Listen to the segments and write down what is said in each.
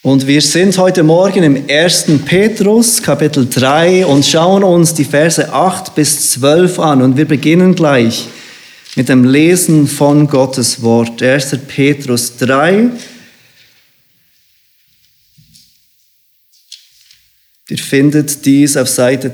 Und wir sind heute Morgen im 1. Petrus, Kapitel 3 und schauen uns die Verse 8 bis 12 an. Und wir beginnen gleich mit dem Lesen von Gottes Wort. 1. Petrus 3. Ihr findet dies auf Seite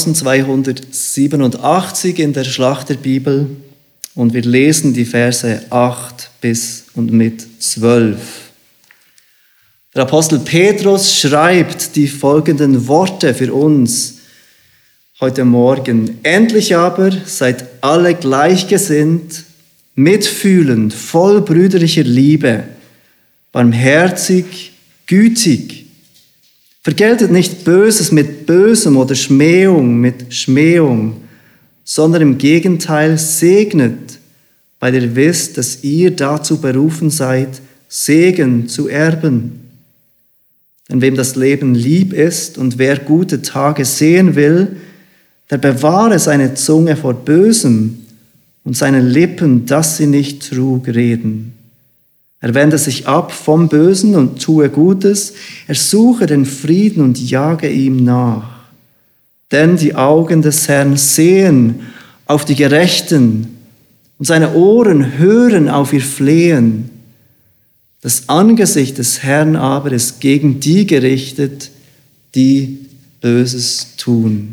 1287 in der Schlachterbibel. Und wir lesen die Verse 8 bis und mit 12. Der Apostel Petrus schreibt die folgenden Worte für uns heute Morgen. Endlich aber seid alle gleichgesinnt, mitfühlend, voll brüderlicher Liebe, barmherzig, gütig. Vergeltet nicht Böses mit Bösem oder Schmähung mit Schmähung, sondern im Gegenteil segnet, weil ihr wisst, dass ihr dazu berufen seid, Segen zu erben. Denn wem das Leben lieb ist und wer gute Tage sehen will, der bewahre seine Zunge vor Bösem und seine Lippen, dass sie nicht Trug reden. Er wende sich ab vom Bösen und tue Gutes, er suche den Frieden und jage ihm nach. Denn die Augen des Herrn sehen auf die Gerechten und seine Ohren hören auf ihr Flehen. Das Angesicht des Herrn aber ist gegen die gerichtet, die Böses tun.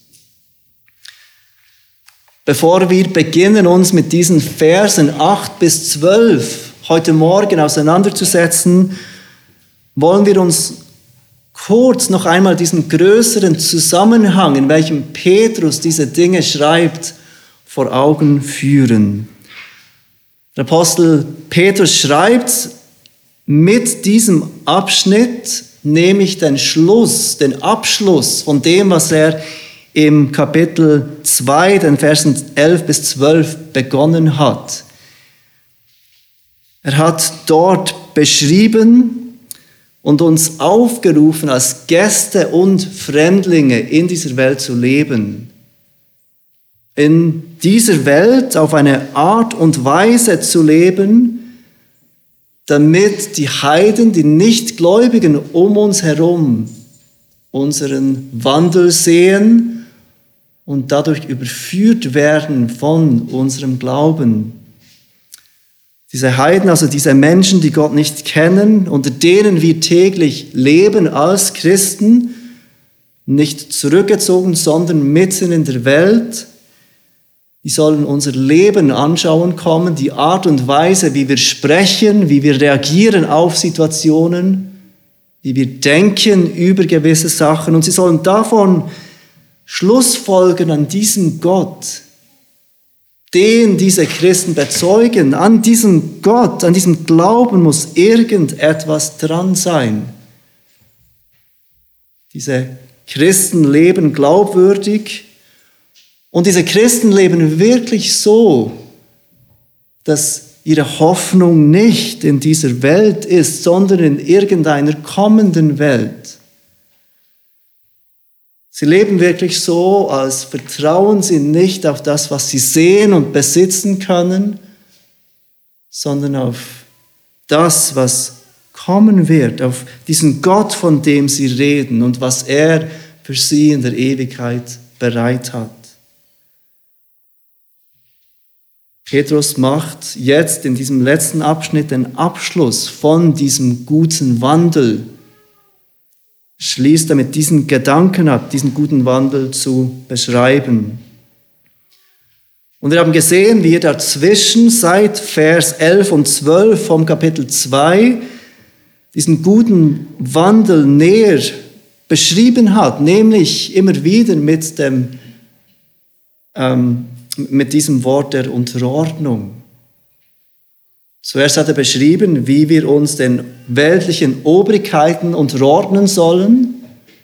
Bevor wir beginnen, uns mit diesen Versen 8 bis 12 heute Morgen auseinanderzusetzen, wollen wir uns kurz noch einmal diesen größeren Zusammenhang, in welchem Petrus diese Dinge schreibt, vor Augen führen. Der Apostel Petrus schreibt, mit diesem Abschnitt nehme ich den Abschluss von dem, was er im Kapitel 2, den Versen 11 bis 12 begonnen hat. Er hat dort beschrieben und uns aufgerufen, als Gäste und Fremdlinge in dieser Welt zu leben. In dieser Welt auf eine Art und Weise zu leben, damit die Heiden, die Nichtgläubigen um uns herum unseren Wandel sehen und dadurch überführt werden von unserem Glauben. Diese Heiden, also diese Menschen, die Gott nicht kennen, unter denen wir täglich leben als Christen, nicht zurückgezogen, sondern mitten in der Welt, die sollen unser Leben anschauen kommen, die Art und Weise, wie wir sprechen, wie wir reagieren auf Situationen, wie wir denken über gewisse Sachen. Und sie sollen davon schlussfolgern an diesem Gott, den diese Christen bezeugen. An diesem Gott, an diesem Glauben muss irgendetwas dran sein. Diese Christen leben glaubwürdig. Und diese Christen leben wirklich so, dass ihre Hoffnung nicht in dieser Welt ist, sondern in irgendeiner kommenden Welt. Sie leben wirklich so, als vertrauen sie nicht auf das, was sie sehen und besitzen können, sondern auf das, was kommen wird, auf diesen Gott, von dem sie reden und was er für sie in der Ewigkeit bereit hat. Petrus macht jetzt in diesem letzten Abschnitt den Abschluss von diesem guten Wandel, schließt damit diesen Gedanken ab, diesen guten Wandel zu beschreiben. Und wir haben gesehen, wie er dazwischen seit Vers 11 und 12 vom Kapitel 2 diesen guten Wandel näher beschrieben hat, nämlich immer wieder mit diesem Wort der Unterordnung. Zuerst hat er beschrieben, wie wir uns den weltlichen Obrigkeiten unterordnen sollen,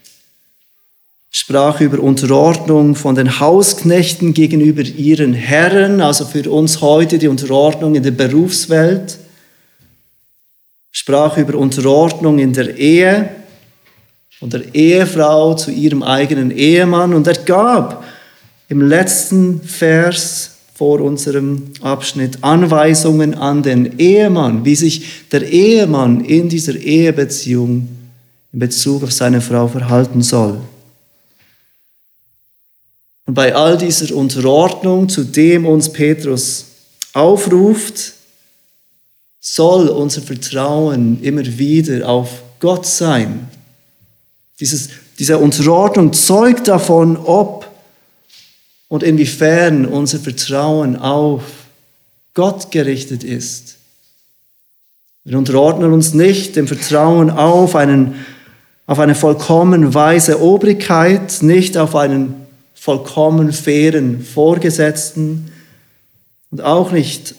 sprach über Unterordnung von den Hausknechten gegenüber ihren Herren, also für uns heute die Unterordnung in der Berufswelt, sprach über Unterordnung in der Ehe, von der Ehefrau zu ihrem eigenen Ehemann, und er gab im letzten Vers vor unserem Abschnitt Anweisungen an den Ehemann, wie sich der Ehemann in dieser Ehebeziehung in Bezug auf seine Frau verhalten soll. Und bei all dieser Unterordnung, zu dem uns Petrus aufruft, soll unser Vertrauen immer wieder auf Gott sein. Diese Unterordnung zeugt davon, ob und inwiefern unser Vertrauen auf Gott gerichtet ist. Wir unterordnen uns nicht dem Vertrauen auf eine vollkommen weise Obrigkeit, nicht auf einen vollkommen fairen Vorgesetzten und auch nicht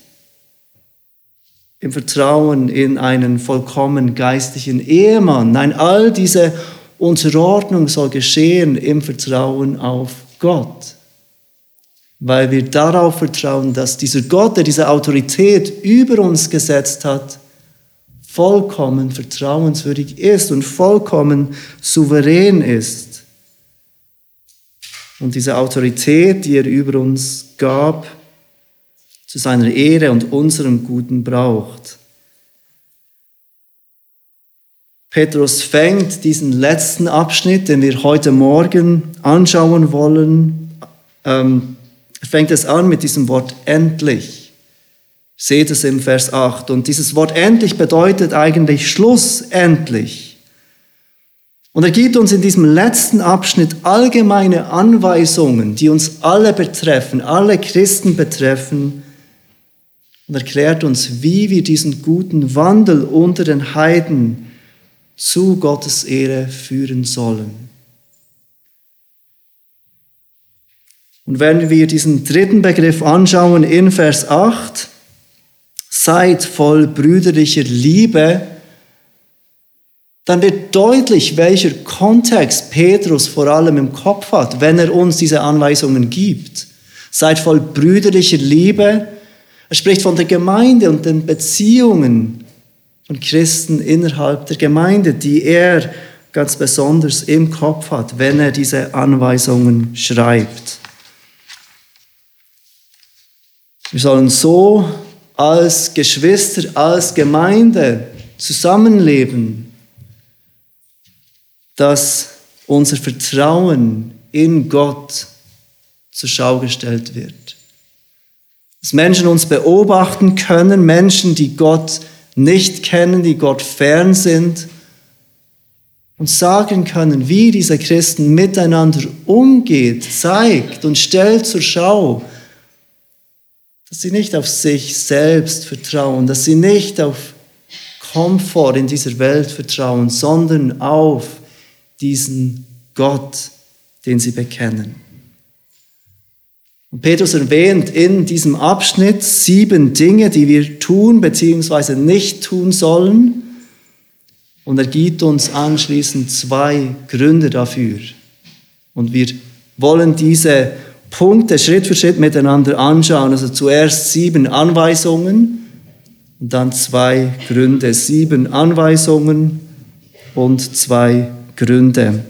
im Vertrauen in einen vollkommen geistlichen Ehemann. Nein, all diese Unterordnung soll geschehen im Vertrauen auf Gott, weil wir darauf vertrauen, dass dieser Gott, der diese Autorität über uns gesetzt hat, vollkommen vertrauenswürdig ist und vollkommen souverän ist. Und diese Autorität, die er über uns gab, zu seiner Ehre und unserem Guten braucht. Petrus fängt diesen letzten Abschnitt, den wir heute Morgen anschauen wollen, fängt es an mit diesem Wort endlich. Seht es im Vers 8. Und dieses Wort endlich bedeutet eigentlich schlussendlich. Und er gibt uns in diesem letzten Abschnitt allgemeine Anweisungen, die uns alle betreffen, alle Christen betreffen, und erklärt uns, wie wir diesen guten Wandel unter den Heiden zu Gottes Ehre führen sollen. Und wenn wir diesen dritten Begriff anschauen in Vers 8, seid voll brüderlicher Liebe, dann wird deutlich, welcher Kontext Petrus vor allem im Kopf hat, wenn er uns diese Anweisungen gibt. Seid voll brüderlicher Liebe. Er spricht von der Gemeinde und den Beziehungen von Christen innerhalb der Gemeinde, die er ganz besonders im Kopf hat, wenn er diese Anweisungen schreibt. Wir sollen so als Geschwister, als Gemeinde zusammenleben, dass unser Vertrauen in Gott zur Schau gestellt wird. Dass Menschen uns beobachten können, Menschen, die Gott nicht kennen, die Gott fern sind, und sagen können, wie diese Christen miteinander umgeht, zeigt und stellt zur Schau, dass sie nicht auf sich selbst vertrauen, dass sie nicht auf Komfort in dieser Welt vertrauen, sondern auf diesen Gott, den sie bekennen. Und Petrus erwähnt in diesem Abschnitt 7 Dinge, die wir tun bzw. nicht tun sollen. Und er gibt uns anschließend 2 Gründe dafür. Und wir wollen diese Punkte Schritt für Schritt miteinander anschauen. Also zuerst 7 Anweisungen und dann 2 Gründe. 7 Anweisungen und 2 Gründe.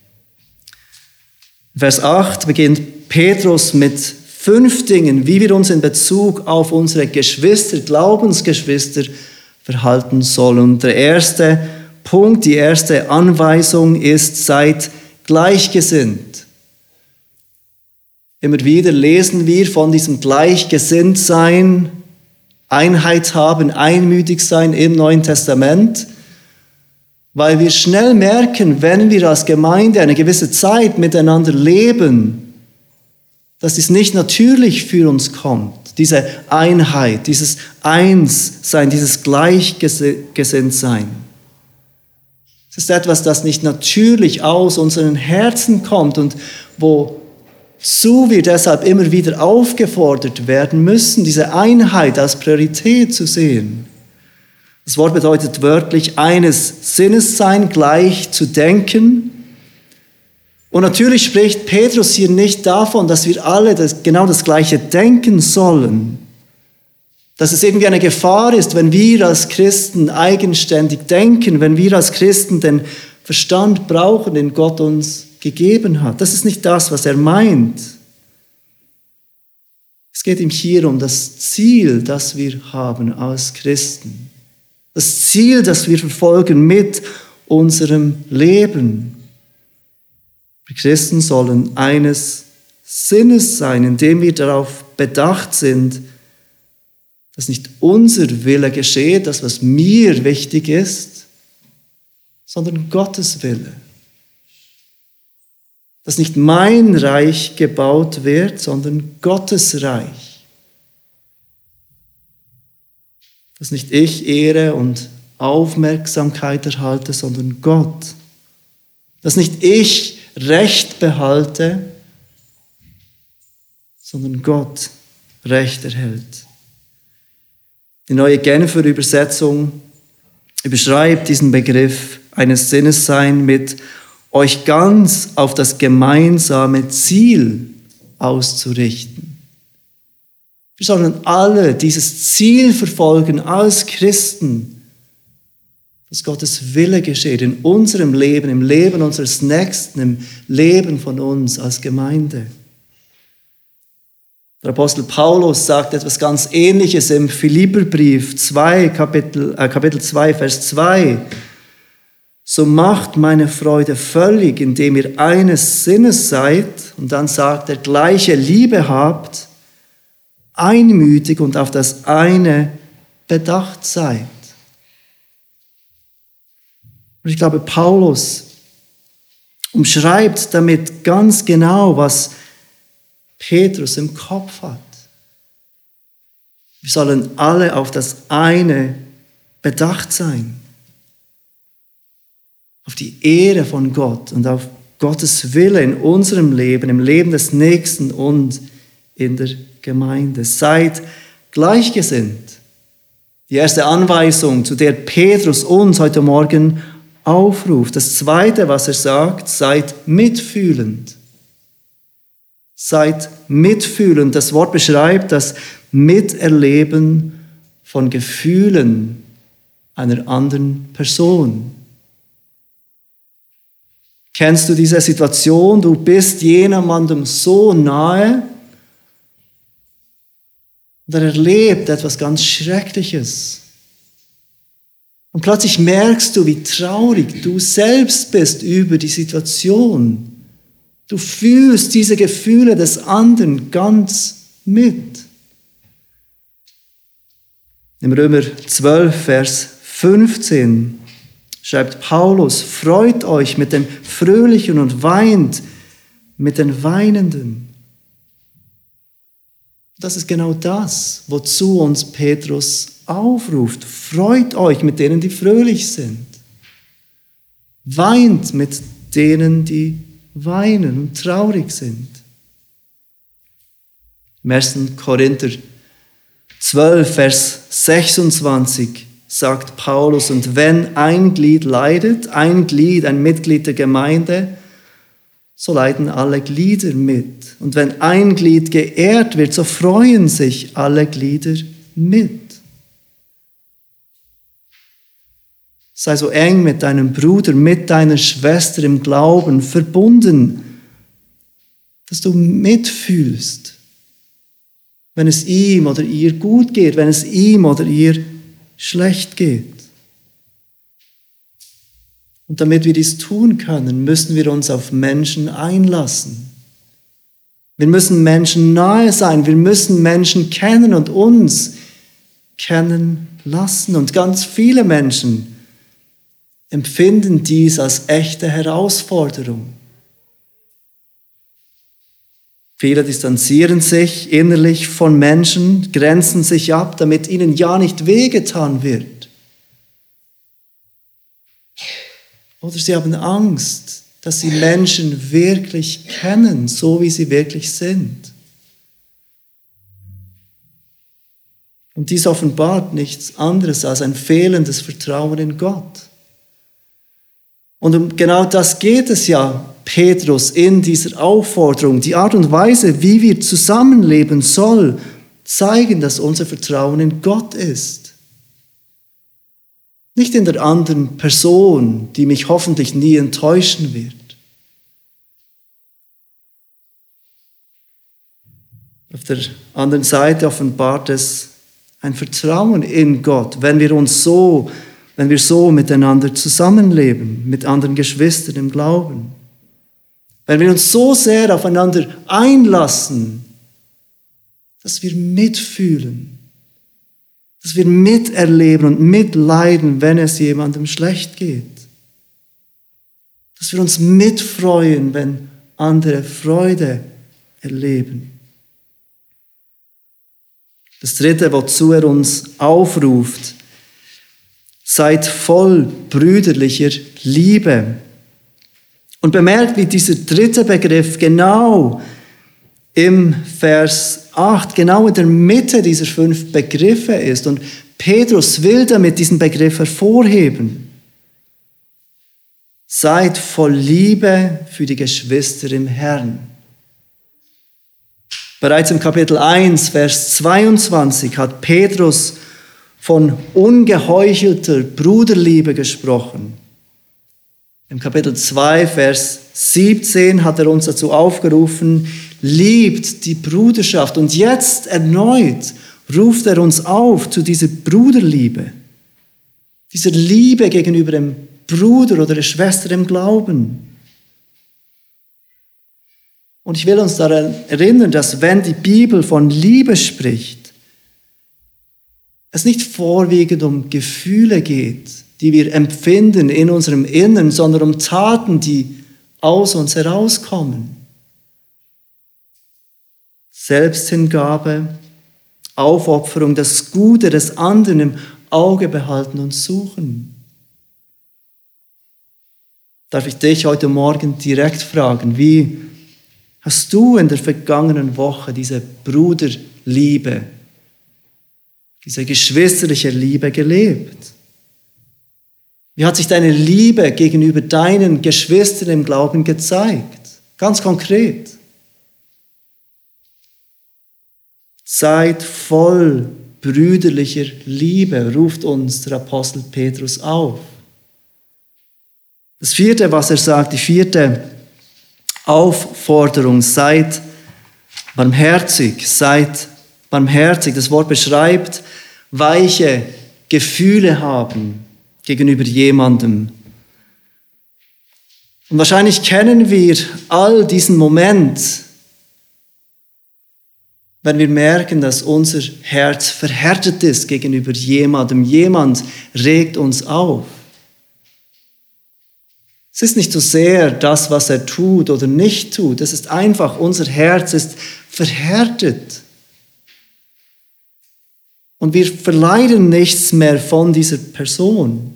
Vers 8 beginnt Petrus mit 5 Dingen, wie wir uns in Bezug auf unsere Geschwister, Glaubensgeschwister, verhalten sollen. Und der erste Punkt, die erste Anweisung ist, seid gleichgesinnt. Immer wieder lesen wir von diesem Gleichgesinntsein, Einheit haben, einmütig sein im Neuen Testament, weil wir schnell merken, wenn wir als Gemeinde eine gewisse Zeit miteinander leben, dass es nicht natürlich für uns kommt, diese Einheit, dieses Einssein, dieses Gleichgesinntsein. Es ist etwas, das nicht natürlich aus unseren Herzen kommt und wozu wir deshalb immer wieder aufgefordert werden müssen, diese Einheit als Priorität zu sehen. Das Wort bedeutet wörtlich eines Sinnes sein, gleich zu denken. Und natürlich spricht Petrus hier nicht davon, dass wir alle genau das Gleiche denken sollen. Dass es irgendwie eine Gefahr ist, wenn wir als Christen eigenständig denken, wenn wir als Christen den Verstand brauchen, den Gott uns gegeben hat. Das ist nicht das, was er meint. Es geht ihm hier um das Ziel, das wir haben als Christen. Das Ziel, das wir verfolgen mit unserem Leben. Wir Christen sollen eines Sinnes sein, indem wir darauf bedacht sind, dass nicht unser Wille geschieht, das, was mir wichtig ist, sondern Gottes Wille. Dass nicht mein Reich gebaut wird, sondern Gottes Reich. Dass nicht ich Ehre und Aufmerksamkeit erhalte, sondern Gott. Dass nicht ich Recht behalte, sondern Gott Recht erhält. Die neue Genfer Übersetzung überschreibt diesen Begriff eines Sinnesseins mit euch ganz auf das gemeinsame Ziel auszurichten. Wir sollen alle dieses Ziel verfolgen als Christen, dass Gottes Wille geschieht in unserem Leben, im Leben unseres Nächsten, im Leben von uns als Gemeinde. Der Apostel Paulus sagt etwas ganz Ähnliches im Philipperbrief 2, Kapitel 2, Vers 2. So macht meine Freude völlig, indem ihr eines Sinnes seid, und dann sagt er, gleiche Liebe habt, einmütig und auf das eine bedacht seid. Und ich glaube, Paulus umschreibt damit ganz genau, was Petrus im Kopf hat. Wir sollen alle auf das eine bedacht sein. Auf die Ehre von Gott und auf Gottes Wille in unserem Leben, im Leben des Nächsten und in der Gemeinde. Seid gleichgesinnt. Die erste Anweisung, zu der Petrus uns heute Morgen aufruft. Das zweite, was er sagt, seid mitfühlend. Seid mitfühlend. Das Wort beschreibt das Miterleben von Gefühlen einer anderen Person. Kennst du diese Situation? Du bist jemandem so nahe und er erlebt etwas ganz Schreckliches. Und plötzlich merkst du, wie traurig du selbst bist über die Situation. Du fühlst diese Gefühle des anderen ganz mit. Im Römer 12, Vers 15 schreibt Paulus, freut euch mit den Fröhlichen und weint mit den Weinenden. Das ist genau das, wozu uns Petrus aufruft. Freut euch mit denen, die fröhlich sind. Weint mit denen, die weinen und traurig sind. Im 1. Korinther 12, Vers 26 sagt Paulus, und wenn ein Glied leidet, ein Mitglied der Gemeinde, so leiden alle Glieder mit. Und wenn ein Glied geehrt wird, so freuen sich alle Glieder mit. Sei so eng mit deinem Bruder, mit deiner Schwester im Glauben verbunden, dass du mitfühlst, wenn es ihm oder ihr gut geht, wenn es ihm oder ihr schlecht geht. Und damit wir dies tun können, müssen wir uns auf Menschen einlassen. Wir müssen Menschen nahe sein, wir müssen Menschen kennen und uns kennen lassen. Und ganz viele Menschen empfinden dies als echte Herausforderung. Viele distanzieren sich innerlich von Menschen, grenzen sich ab, damit ihnen ja nicht wehgetan wird. Oder sie haben Angst, dass sie Menschen wirklich kennen, so wie sie wirklich sind. Und dies offenbart nichts anderes als ein fehlendes Vertrauen in Gott. Und um genau das geht es ja Petrus in dieser Aufforderung. Die Art und Weise, wie wir zusammenleben, soll zeigen, dass unser Vertrauen in Gott ist. Nicht in der anderen Person, die mich hoffentlich nie enttäuschen wird. Auf der anderen Seite offenbart es ein Vertrauen in Gott, wenn wir so miteinander zusammenleben, mit anderen Geschwistern im Glauben. Wenn wir uns so sehr aufeinander einlassen, dass wir mitfühlen, dass wir miterleben und mitleiden, wenn es jemandem schlecht geht. Dass wir uns mitfreuen, wenn andere Freude erleben. Das Dritte, wozu er uns aufruft: Seid voll brüderlicher Liebe. Und bemerkt, wie dieser dritte Begriff genau im Vers 8, genau in der Mitte dieser 5 Begriffe ist. Und Petrus will damit diesen Begriff hervorheben. Seid voll Liebe für die Geschwister im Herrn. Bereits im Kapitel 1, Vers 22 hat Petrus von ungeheuchelter Bruderliebe gesprochen. Im Kapitel 2, Vers 17 hat er uns dazu aufgerufen, liebt die Bruderschaft. Und jetzt erneut ruft er uns auf zu dieser Bruderliebe, dieser Liebe gegenüber dem Bruder oder der Schwester im Glauben. Und ich will uns daran erinnern, dass wenn die Bibel von Liebe spricht, es nicht vorwiegend um Gefühle geht, die wir empfinden in unserem Innern, sondern um Taten, die aus uns herauskommen. Selbsthingabe, Aufopferung, das Gute des anderen im Auge behalten und suchen. Darf ich dich heute Morgen direkt fragen, wie hast du in der vergangenen Woche diese Bruderliebe, diese geschwisterliche Liebe gelebt? Wie hat sich deine Liebe gegenüber deinen Geschwistern im Glauben gezeigt? Ganz konkret. Seid voll brüderlicher Liebe, ruft uns der Apostel Petrus auf. Das vierte, was er sagt, die vierte Aufforderung: seid barmherzig, seid barmherzig. Das Wort beschreibt weiche Gefühle haben gegenüber jemandem. Und wahrscheinlich kennen wir all diesen Moment, wenn wir merken, dass unser Herz verhärtet ist gegenüber jemandem. Jemand regt uns auf. Es ist nicht so sehr das, was er tut oder nicht tut. Es ist einfach, unser Herz ist verhärtet. Und wir verleiden nichts mehr von dieser Person.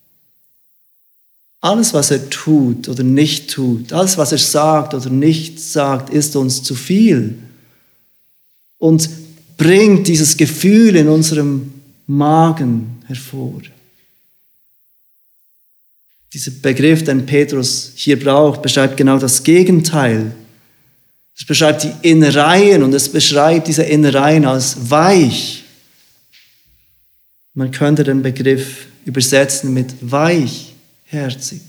Alles, was er tut oder nicht tut, alles, was er sagt oder nicht sagt, ist uns zu viel und bringt dieses Gefühl in unserem Magen hervor. Dieser Begriff, den Petrus hier braucht, beschreibt genau das Gegenteil. Es beschreibt die Innereien und es beschreibt diese Innereien als weich. Man könnte den Begriff übersetzen mit weichherzig.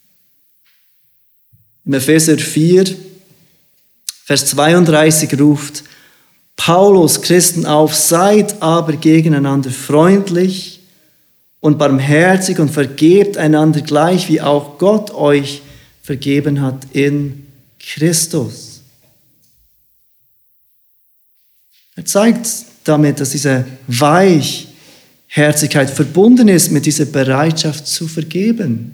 Im Epheser 4, Vers 32 ruft Paulus Christen auf: Seid aber gegeneinander freundlich und barmherzig und vergebt einander gleich, wie auch Gott euch vergeben hat in Christus. Er zeigt damit, dass diese Weichherzigkeit verbunden ist mit dieser Bereitschaft zu vergeben.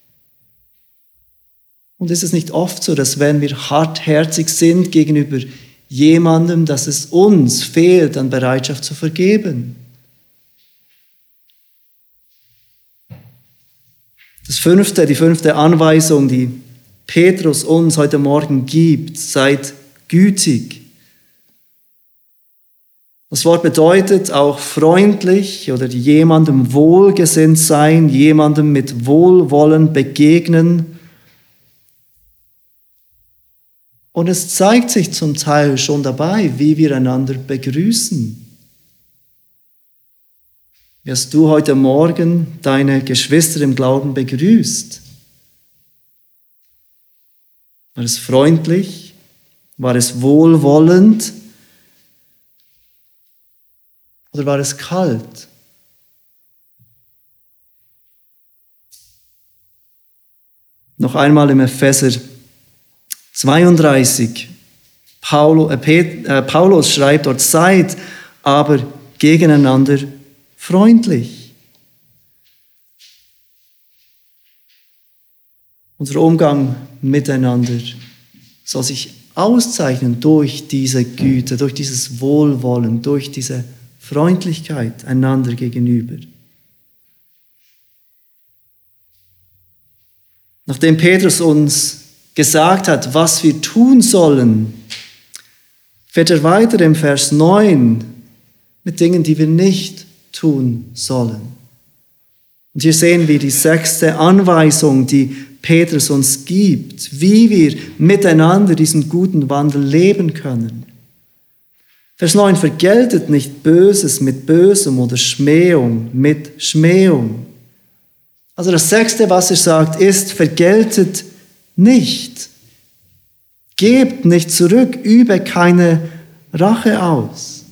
Und ist es nicht oft so, dass wenn wir hartherzig sind gegenüber jemandem, dass es uns fehlt an Bereitschaft zu vergeben? Die fünfte Anweisung, die Petrus uns heute Morgen gibt: Seid gütig. Das Wort bedeutet auch freundlich oder jemandem wohlgesinnt sein, jemandem mit Wohlwollen begegnen. Und es zeigt sich zum Teil schon dabei, wie wir einander begrüßen. Wie hast du heute Morgen deine Geschwister im Glauben begrüßt? War es freundlich? War es wohlwollend? Oder war es kalt? Noch einmal im Epheser 32. Paulus schreibt dort, seid aber gegeneinander freundlich. Unser Umgang miteinander soll sich auszeichnen durch diese Güte, durch dieses Wohlwollen, durch diese Freundlichkeit einander gegenüber. Nachdem Petrus uns gesagt hat, was wir tun sollen, fährt er weiter im Vers 9 mit Dingen, die wir nicht tun sollen. Und hier sehen wir die 6. Anweisung, die Petrus uns gibt, wie wir miteinander diesen guten Wandel leben können. Vers 9, vergeltet nicht Böses mit Bösem oder Schmähung mit Schmähung. Also das 6., was er sagt, ist, vergeltet nicht. Gebt nicht zurück, übe keine Rache aus.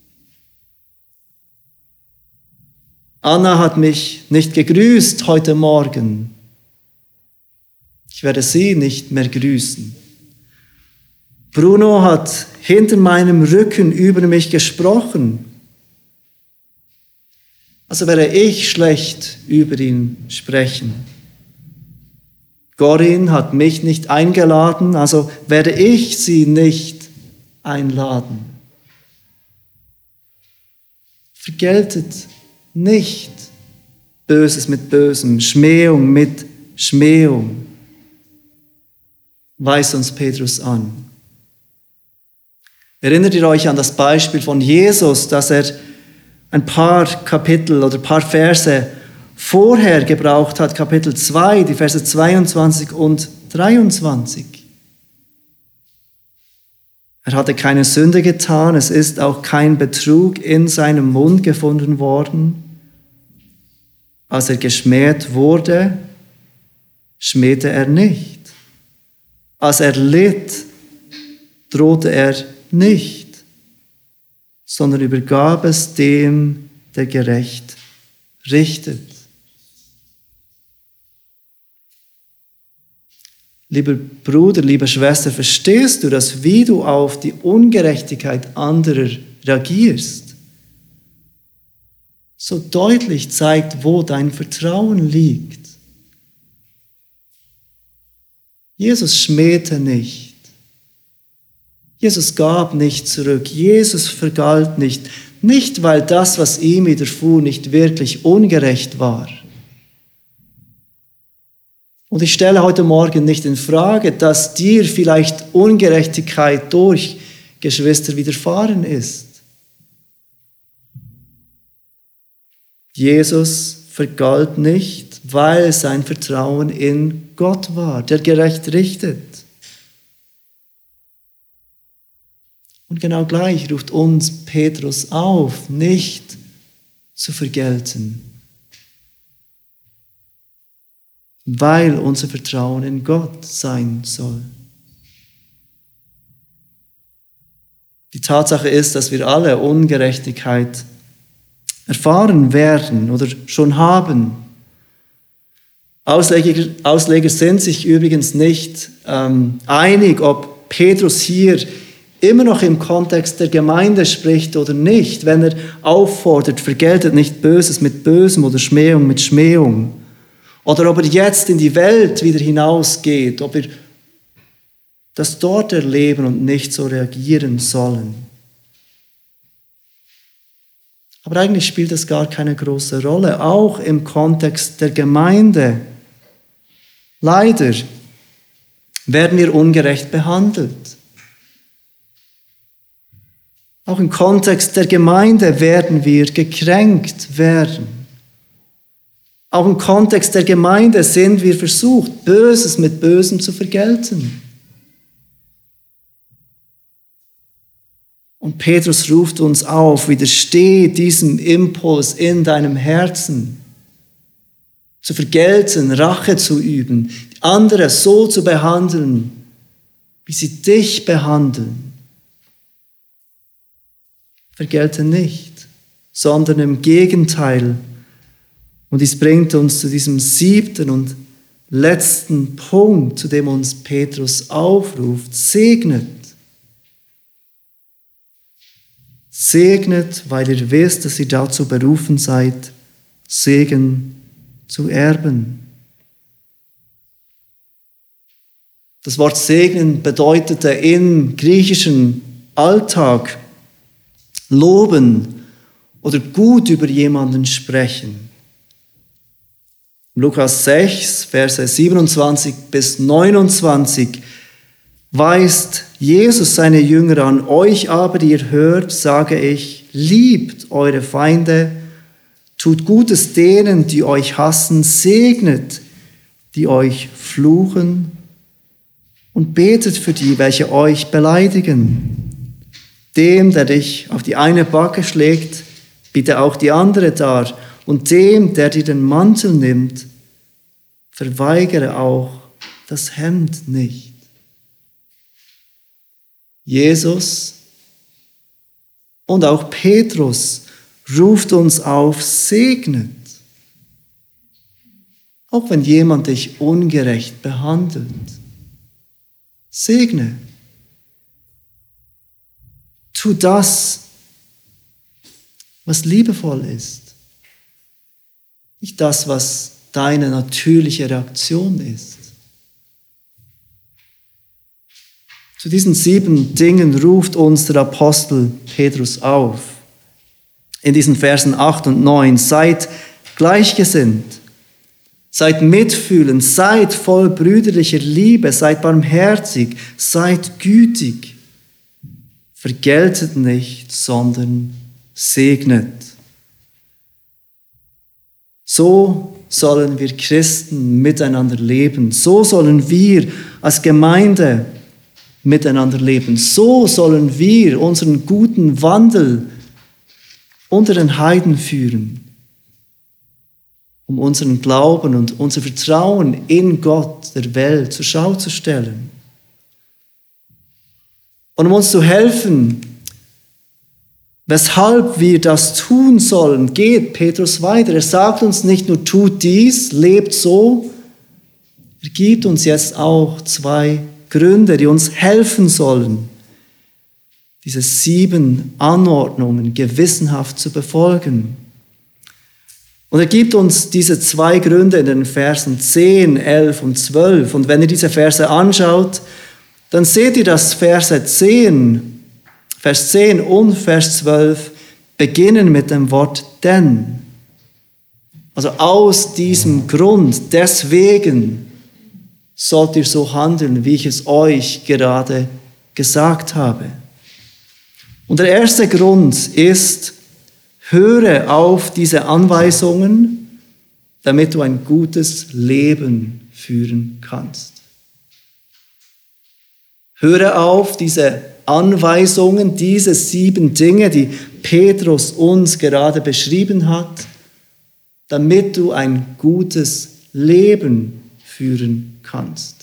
Anna hat mich nicht gegrüßt heute Morgen. Ich werde sie nicht mehr grüßen. Bruno hat hinter meinem Rücken über mich gesprochen. Also werde ich schlecht über ihn sprechen. Corinne hat mich nicht eingeladen, also werde ich sie nicht einladen. Vergeltet nicht Böses mit Bösem, Schmähung mit Schmähung, weist uns Petrus an. Erinnert ihr euch an das Beispiel von Jesus, dass er ein paar Kapitel oder ein paar Verse vorher gebraucht hat, Kapitel 2, die Verse 22 und 23. Er hatte keine Sünde getan, es ist auch kein Betrug in seinem Mund gefunden worden. Als er geschmäht wurde, schmähte er nicht. Als er litt, drohte er nicht, sondern übergab es dem, der gerecht richtet. Lieber Bruder, liebe Schwester, verstehst du, dass wie du auf die Ungerechtigkeit anderer reagierst, so deutlich zeigt, wo dein Vertrauen liegt? Jesus schmähte nicht. Jesus gab nicht zurück. Jesus vergalt nicht. Nicht, weil das, was ihm widerfuhr, nicht wirklich ungerecht war. Und ich stelle heute Morgen nicht in Frage, dass dir vielleicht Ungerechtigkeit durch Geschwister widerfahren ist. Jesus vergalt nicht, weil sein Vertrauen in Gott war, der gerecht richtet. Und genau gleich ruft uns Petrus auf, nicht zu vergelten, weil unser Vertrauen in Gott sein soll. Die Tatsache ist, dass wir alle Ungerechtigkeit erfahren werden oder schon haben. Ausleger sind sich übrigens nicht einig, ob Petrus hier immer noch im Kontext der Gemeinde spricht oder nicht, wenn er auffordert, vergeltet nicht Böses mit Bösem oder Schmähung mit Schmähung. Oder ob er jetzt in die Welt wieder hinausgeht, ob wir das dort erleben und nicht so reagieren sollen. Aber eigentlich spielt das gar keine große Rolle, auch im Kontext der Gemeinde. Leider werden wir ungerecht behandelt. Auch im Kontext der Gemeinde werden wir gekränkt werden. Auch im Kontext der Gemeinde sind wir versucht, Böses mit Bösem zu vergelten. Und Petrus ruft uns auf, widersteh diesem Impuls in deinem Herzen, zu vergelten, Rache zu üben, die andere so zu behandeln, wie sie dich behandeln. Vergelte nicht, sondern im Gegenteil. Und dies bringt uns zu diesem 7. und letzten Punkt, zu dem uns Petrus aufruft: segnet. Segnet, weil ihr wisst, dass ihr dazu berufen seid, Segen zu erben. Das Wort segnen bedeutete im griechischen Alltag loben oder gut über jemanden sprechen. Lukas 6, Verse 27 bis 29 weist Jesus seine Jünger an: euch aber, die ihr hört, sage ich, liebt eure Feinde, tut Gutes denen, die euch hassen, segnet, die euch fluchen und betet für die, welche euch beleidigen. Dem, der dich auf die eine Backe schlägt, biete auch die andere dar. Und dem, der dir den Mantel nimmt, verweigere auch das Hemd nicht. Jesus und auch Petrus ruft uns auf: segnet. Auch wenn jemand dich ungerecht behandelt, segne. Tu das, was liebevoll ist. Nicht das, was deine natürliche Reaktion ist. Zu diesen 7 Dingen ruft uns der Apostel Petrus auf. In diesen Versen 8 und 9: seid gleichgesinnt, seid mitfühlend, seid voll brüderlicher Liebe, seid barmherzig, seid gütig. Vergeltet nicht, sondern segnet. So sollen wir Christen miteinander leben. So sollen wir als Gemeinde miteinander leben. So sollen wir unseren guten Wandel unter den Heiden führen, um unseren Glauben und unser Vertrauen in Gott der Welt zur Schau zu stellen. Und um uns zu helfen, weshalb wir das tun sollen, geht Petrus weiter. Er sagt uns nicht nur: tut dies, lebt so. Er gibt uns jetzt auch 2 Gründe, die uns helfen sollen, diese 7 Anordnungen gewissenhaft zu befolgen. Und er gibt uns diese 2 Gründe in den Versen 10, 11 und 12. Und wenn ihr diese Verse anschaut, dann seht ihr, dass Vers 10 und Vers 12 beginnen mit dem Wort denn. Also aus diesem Grund, deswegen sollt ihr so handeln, wie ich es euch gerade gesagt habe. Und der erste Grund ist: höre auf diese Anweisungen, damit du ein gutes Leben führen kannst. Höre auf diese Anweisungen, diese 7 Dinge, die Petrus uns gerade beschrieben hat, damit du ein gutes Leben führen kannst.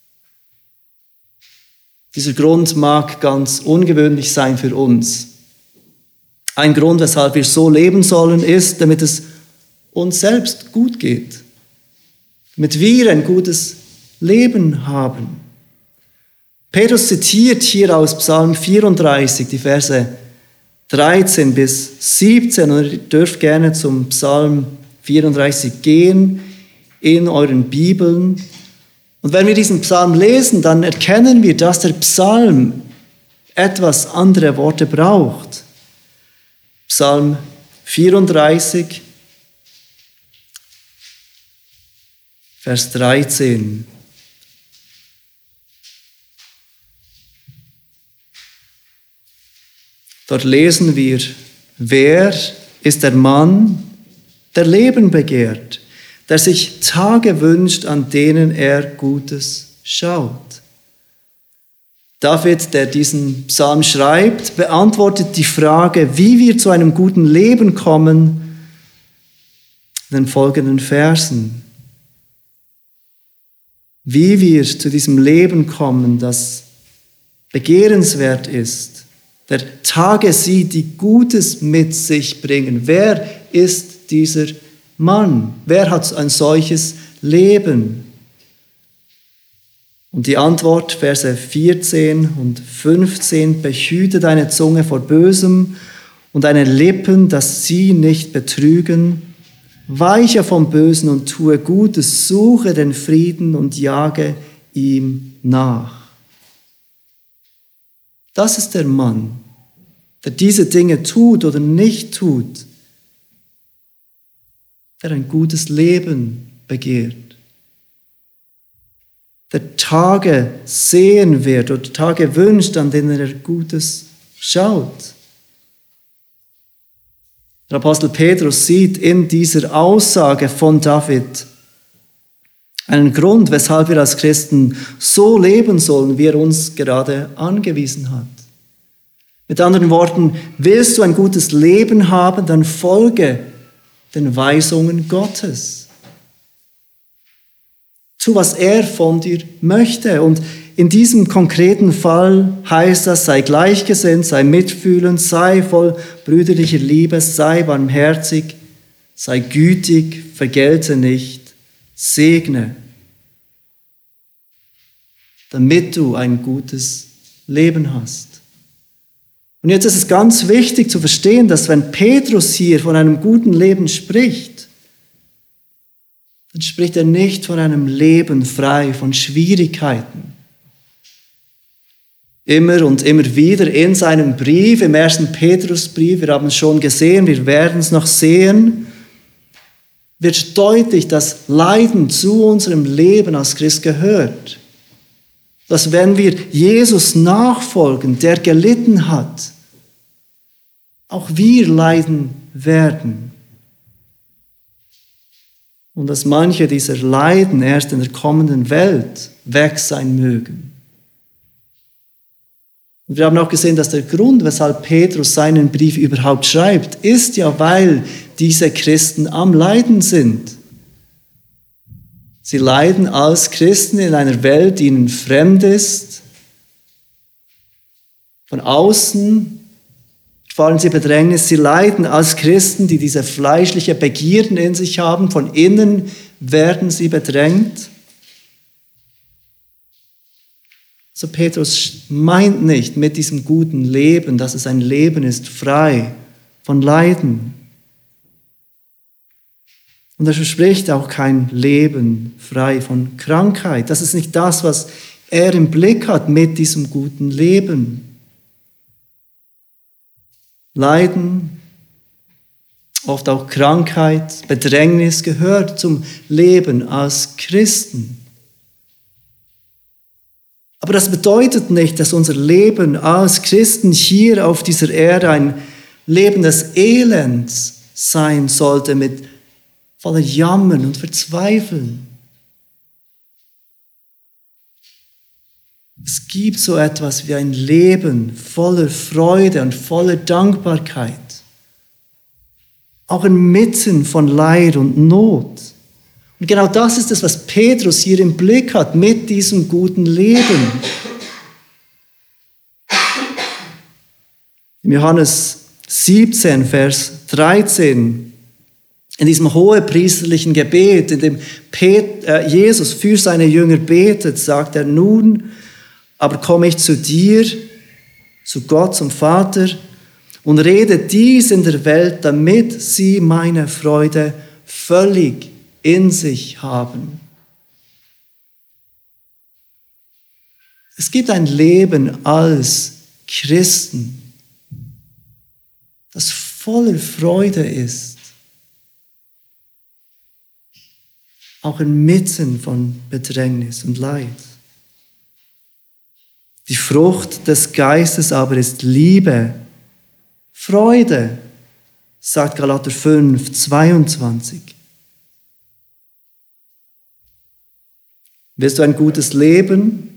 Dieser Grund mag ganz ungewöhnlich sein für uns. Ein Grund, weshalb wir so leben sollen, ist, damit es uns selbst gut geht, damit wir ein gutes Leben haben. Petrus zitiert hier aus Psalm 34 die Verse 13 bis 17 und ihr dürft gerne zum Psalm 34 gehen in euren Bibeln. Und wenn wir diesen Psalm lesen, dann erkennen wir, dass der Psalm etwas andere Worte braucht. Psalm 34, Vers 13. Dort lesen wir: wer ist der Mann, der Leben begehrt, der sich Tage wünscht, an denen er Gutes schaut? David, der diesen Psalm schreibt, beantwortet die Frage, wie wir zu einem guten Leben kommen, in den folgenden Versen. Wie wir zu diesem Leben kommen, das begehrenswert ist, der Tage sieht, die Gutes mit sich bringen. Wer ist dieser Mann? Wer hat ein solches Leben? Und die Antwort, Verse 14 und 15, behüte deine Zunge vor Bösem und deine Lippen, dass sie nicht betrügen. Weiche vom Bösen und tue Gutes, suche den Frieden und jage ihm nach. Das ist der Mann, der diese Dinge tut oder nicht tut, der ein gutes Leben begehrt, der Tage sehen wird oder Tage wünscht, an denen er Gutes schaut. Der Apostel Petrus sieht in dieser Aussage von David einen Grund, weshalb wir als Christen so leben sollen, wie er uns gerade angewiesen hat. Mit anderen Worten, willst du ein gutes Leben haben, dann folge den Weisungen Gottes. Tu, was er von dir möchte. Und in diesem konkreten Fall heißt das, sei gleichgesinnt, sei mitfühlend, sei voll brüderlicher Liebe, sei barmherzig, sei gütig, vergelte nicht, segne, damit du ein gutes Leben hast. Und jetzt ist es ganz wichtig zu verstehen, dass wenn Petrus hier von einem guten Leben spricht, dann spricht er nicht von einem Leben frei von Schwierigkeiten. Immer und immer wieder in seinem Brief, im 1. Petrusbrief, wir haben es schon gesehen, wir werden es noch sehen, wird deutlich, dass Leiden zu unserem Leben als Christ gehört. Dass wenn wir Jesus nachfolgen, der gelitten hat, auch wir leiden werden. Und dass manche dieser Leiden erst in der kommenden Welt weg sein mögen. Und wir haben auch gesehen, dass der Grund, weshalb Petrus seinen Brief überhaupt schreibt, ist ja, weil diese Christen am Leiden sind. Sie leiden als Christen in einer Welt, die ihnen fremd ist. Von außen erfahren sie Bedrängnis. Sie leiden als Christen, die diese fleischliche Begierden in sich haben. Von innen werden sie bedrängt. So Petrus meint nicht mit diesem guten Leben, dass es ein Leben ist, frei von Leiden. Und er verspricht auch kein Leben frei von Krankheit. Das ist nicht das, was er im Blick hat mit diesem guten Leben. Leiden, oft auch Krankheit, Bedrängnis gehört zum Leben als Christen. Aber das bedeutet nicht, dass unser Leben als Christen hier auf dieser Erde ein Leben des Elends sein sollte, mit voller Jammern und Verzweifeln. Es gibt so etwas wie ein Leben voller Freude und voller Dankbarkeit, auch inmitten von Leid und Not. Und genau das ist es, was Petrus hier im Blick hat mit diesem guten Leben. In Johannes 17, Vers 13, in diesem hohepriesterlichen Gebet, in dem Jesus für seine Jünger betet, sagt er, nun aber komme ich zu dir, zu Gott, zum Vater, und rede dies in der Welt, damit sie meine Freude völlig in sich haben. Es gibt ein Leben als Christen, das voller Freude ist, auch inmitten von Bedrängnis und Leid. Die Frucht des Geistes aber ist Liebe, Freude, sagt Galater 5, 22. Willst du ein gutes Leben?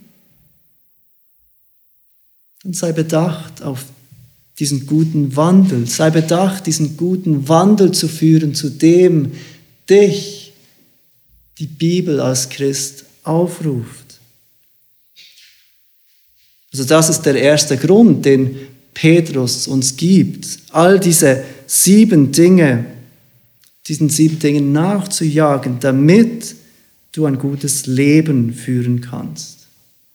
Dann sei bedacht auf diesen guten Wandel. Sei bedacht, diesen guten Wandel zu führen, zu dem dich die Bibel als Christ aufruft. Also das ist der erste Grund, den Petrus uns gibt, all diese 7 Dinge, diesen 7 Dingen nachzujagen, damit du ein gutes Leben führen kannst.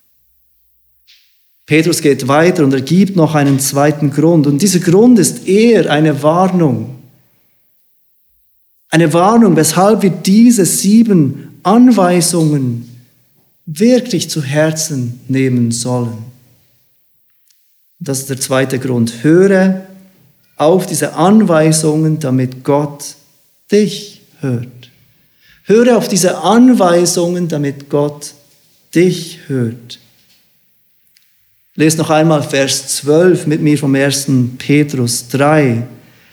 Petrus geht weiter und er gibt noch einen zweiten Grund. Und dieser Grund ist eher eine Warnung. Eine Warnung, weshalb wir diese 7 Anweisungen wirklich zu Herzen nehmen sollen. Das ist der zweite Grund. Höre auf diese Anweisungen, damit Gott dich hört. Höre auf diese Anweisungen, damit Gott dich hört. Lest noch einmal Vers 12 mit mir vom 1. Petrus 3.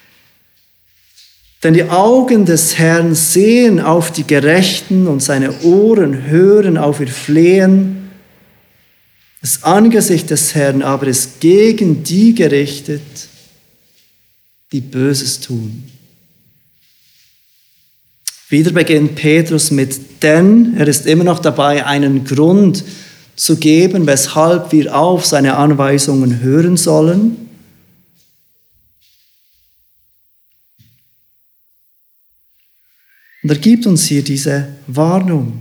Denn die Augen des Herrn sehen auf die Gerechten und seine Ohren hören auf ihr Flehen. Das Angesicht des Herrn aber ist gegen die gerichtet, die Böses tun. Wieder beginnt Petrus mit denn. Er ist immer noch dabei, einen Grund zu geben, weshalb wir auf seine Anweisungen hören sollen. Und er gibt uns hier diese Warnung.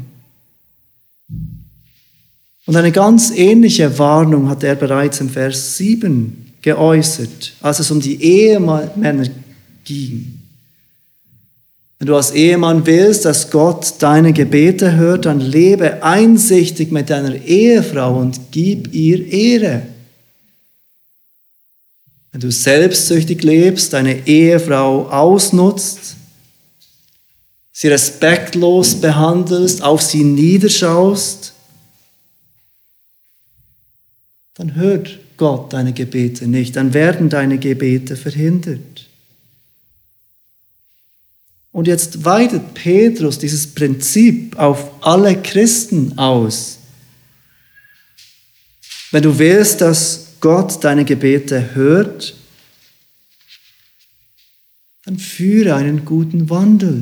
Und eine ganz ähnliche Warnung hat er bereits im Vers 7 geäußert, als es um die Ehemänner ging. Wenn du als Ehemann willst, dass Gott deine Gebete hört, dann lebe einsichtig mit deiner Ehefrau und gib ihr Ehre. Wenn du selbstsüchtig lebst, deine Ehefrau ausnutzt, sie respektlos behandelst, auf sie niederschaust, dann hört Gott deine Gebete nicht, dann werden deine Gebete verhindert. Und jetzt weitet Petrus dieses Prinzip auf alle Christen aus. Wenn du willst, dass Gott deine Gebete hört, dann führe einen guten Wandel.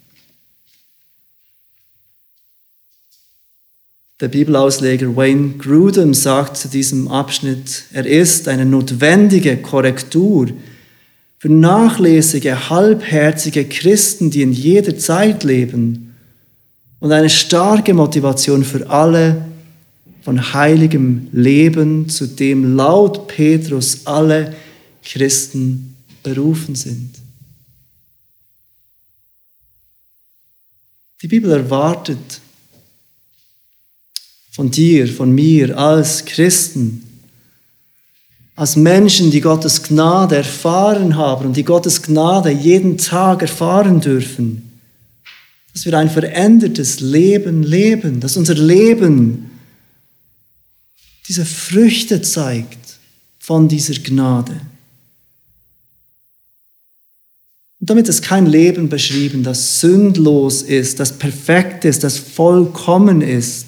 Der Bibelausleger Wayne Grudem sagt zu diesem Abschnitt, er ist eine notwendige Korrektur für nachlässige, halbherzige Christen, die in jeder Zeit leben, und eine starke Motivation für alle von heiligem Leben, zu dem laut Petrus alle Christen berufen sind. Die Bibel erwartet von dir, von mir als Christen, als Menschen, die Gottes Gnade erfahren haben und die Gottes Gnade jeden Tag erfahren dürfen, dass wir ein verändertes Leben leben, dass unser Leben diese Früchte zeigt von dieser Gnade. Und damit ist kein Leben beschrieben, das sündlos ist, das perfekt ist, das vollkommen ist.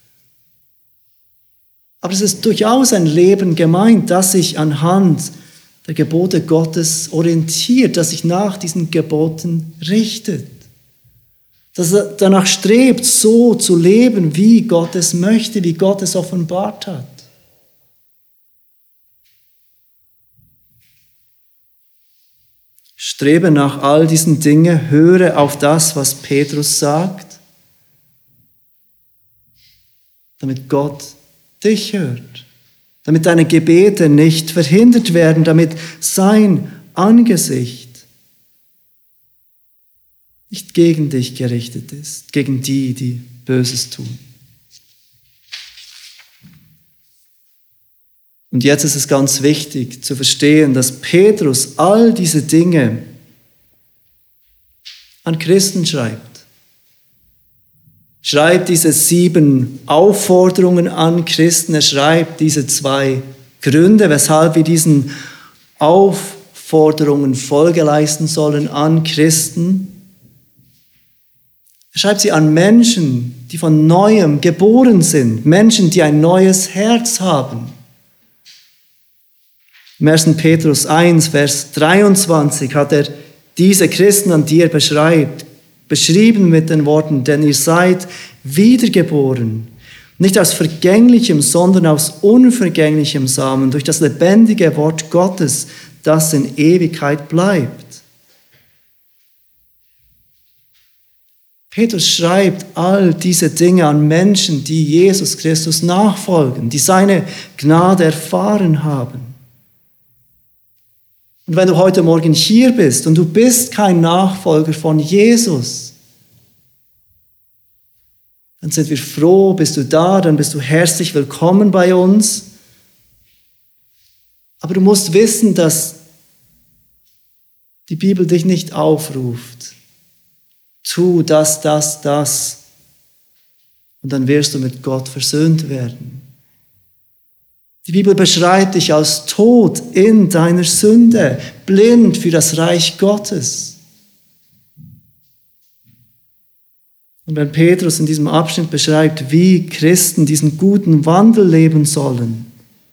Aber es ist durchaus ein Leben gemeint, das sich anhand der Gebote Gottes orientiert, das sich nach diesen Geboten richtet. Dass er danach strebt, so zu leben, wie Gott es möchte, wie Gott es offenbart hat. Strebe nach all diesen Dingen, höre auf das, was Petrus sagt, damit Gott dich hört, damit deine Gebete nicht verhindert werden, damit sein Angesicht nicht gegen dich gerichtet ist, gegen die, die Böses tun. Und jetzt ist es ganz wichtig zu verstehen, dass Petrus all diese Dinge an Christen schreibt. Schreibt diese 7 Aufforderungen an Christen. Er schreibt diese 2 Gründe, weshalb wir diesen Aufforderungen Folge leisten sollen an Christen. Er schreibt sie an Menschen, die von Neuem geboren sind. Menschen, die ein neues Herz haben. Im 1. Petrus 1, Vers 23 hat er diese Christen, an die er beschreibt, beschrieben mit den Worten, denn ihr seid wiedergeboren Nicht aus vergänglichem, sondern aus unvergänglichem Samen, durch das lebendige Wort Gottes, das in Ewigkeit bleibt. Petrus schreibt all diese Dinge an Menschen, die Jesus Christus nachfolgen, die seine Gnade erfahren haben. Und wenn du heute Morgen hier bist und du bist kein Nachfolger von Jesus, dann sind wir froh, bist du da, dann bist du herzlich willkommen bei uns. Aber du musst wissen, dass die Bibel dich nicht aufruft. Tu das. Und dann wirst du mit Gott versöhnt werden. Die Bibel beschreibt dich als tot in deiner Sünde, blind für das Reich Gottes. Und wenn Petrus in diesem Abschnitt beschreibt, wie Christen diesen guten Wandel leben sollen,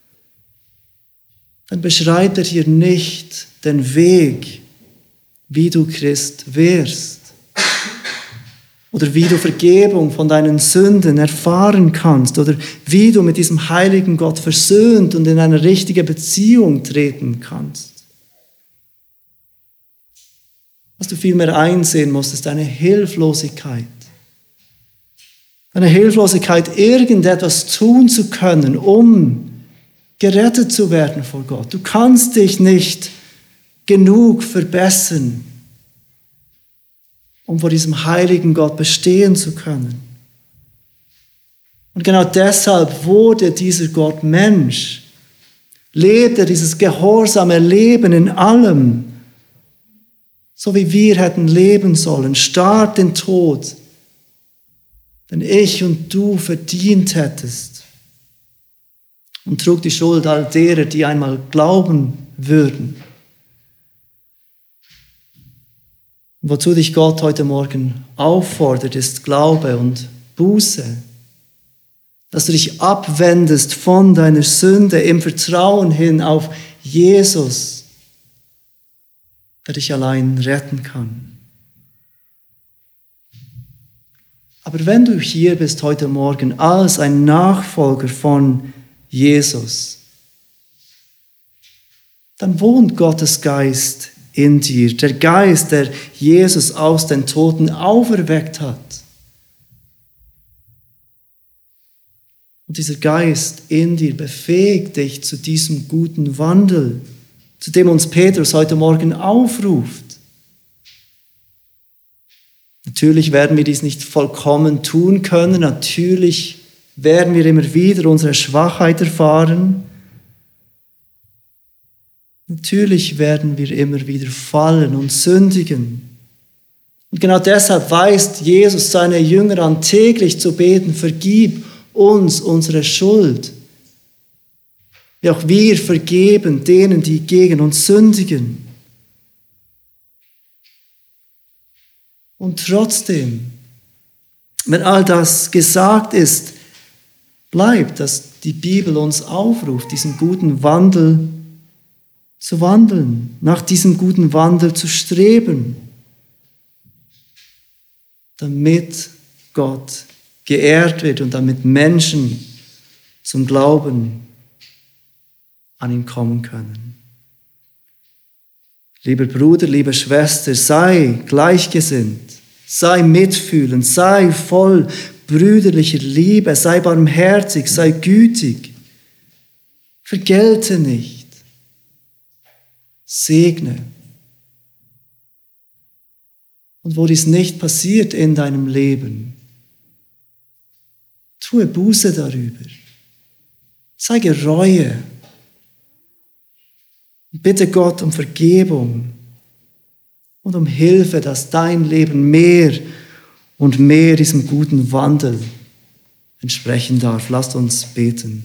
dann beschreibt er hier nicht den Weg, wie du Christ wirst. Oder wie du Vergebung von deinen Sünden erfahren kannst. Oder wie du mit diesem heiligen Gott versöhnt und in eine richtige Beziehung treten kannst. Was du vielmehr einsehen musst, ist deine Hilflosigkeit. Deine Hilflosigkeit, irgendetwas tun zu können, um gerettet zu werden vor Gott. Du kannst dich nicht genug verbessern, um vor diesem heiligen Gott bestehen zu können. Und genau deshalb wurde dieser Gott Mensch, lebte dieses gehorsame Leben in allem, so wie wir hätten leben sollen, starb den Tod, den ich und du verdient hättest, und trug die Schuld all derer, die einmal glauben würden. Und wozu dich Gott heute Morgen auffordert, ist Glaube und Buße. Dass du dich abwendest von deiner Sünde im Vertrauen hin auf Jesus, der dich allein retten kann. Aber wenn du hier bist heute Morgen als ein Nachfolger von Jesus, dann wohnt Gottes Geist in dir, der Geist, der Jesus aus den Toten auferweckt hat. Und dieser Geist in dir befähigt dich zu diesem guten Wandel, zu dem uns Petrus heute Morgen aufruft. Natürlich werden wir dies nicht vollkommen tun können, natürlich werden wir immer wieder unsere Schwachheit erfahren. Natürlich werden wir immer wieder fallen und sündigen. Und genau deshalb weist Jesus seine Jünger an, täglich zu beten: Vergib uns unsere Schuld, wie auch wir vergeben denen, die gegen uns sündigen. Und trotzdem, wenn all das gesagt ist, bleibt, dass die Bibel uns aufruft, diesen guten Wandel zu wandeln, nach diesem guten Wandel zu streben, damit Gott geehrt wird und damit Menschen zum Glauben an ihn kommen können. Lieber Bruder, liebe Schwester, sei gleichgesinnt, sei mitfühlend, sei voll brüderlicher Liebe, sei barmherzig, sei gütig, vergelte nicht, segne. Und wo dies nicht passiert in deinem Leben, tue Buße darüber. Zeige Reue. Bitte Gott um Vergebung und um Hilfe, dass dein Leben mehr und mehr diesem guten Wandel entsprechen darf. Lasst uns beten.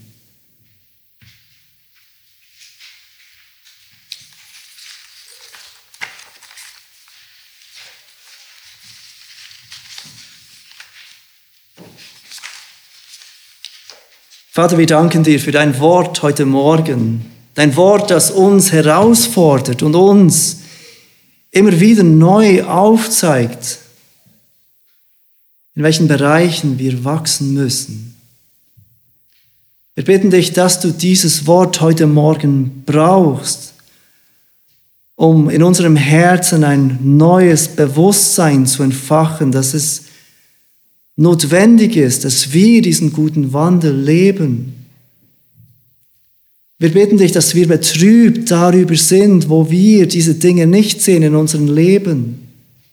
Vater, wir danken dir für dein Wort heute Morgen. Dein Wort, das uns herausfordert und uns immer wieder neu aufzeigt, in welchen Bereichen wir wachsen müssen. Wir bitten dich, dass du dieses Wort heute Morgen brauchst, um in unserem Herzen ein neues Bewusstsein zu entfachen, dass es notwendig ist, dass wir diesen guten Wandel leben. Wir bitten dich, dass wir betrübt darüber sind, wo wir diese Dinge nicht sehen in unserem Leben.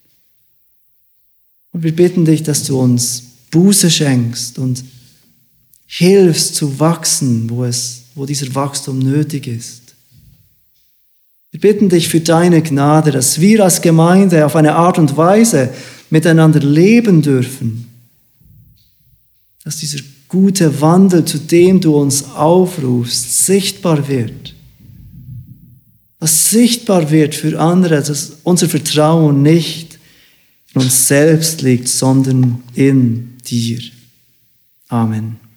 Und wir bitten dich, dass du uns Buße schenkst und hilfst zu wachsen, wo dieser Wachstum nötig ist. Wir bitten dich für deine Gnade, dass wir als Gemeinde auf eine Art und Weise miteinander leben dürfen, dass dieser gute Wandel, zu dem du uns aufrufst, sichtbar wird. Dass sichtbar wird für andere, dass unser Vertrauen nicht in uns selbst liegt, sondern in dir. Amen.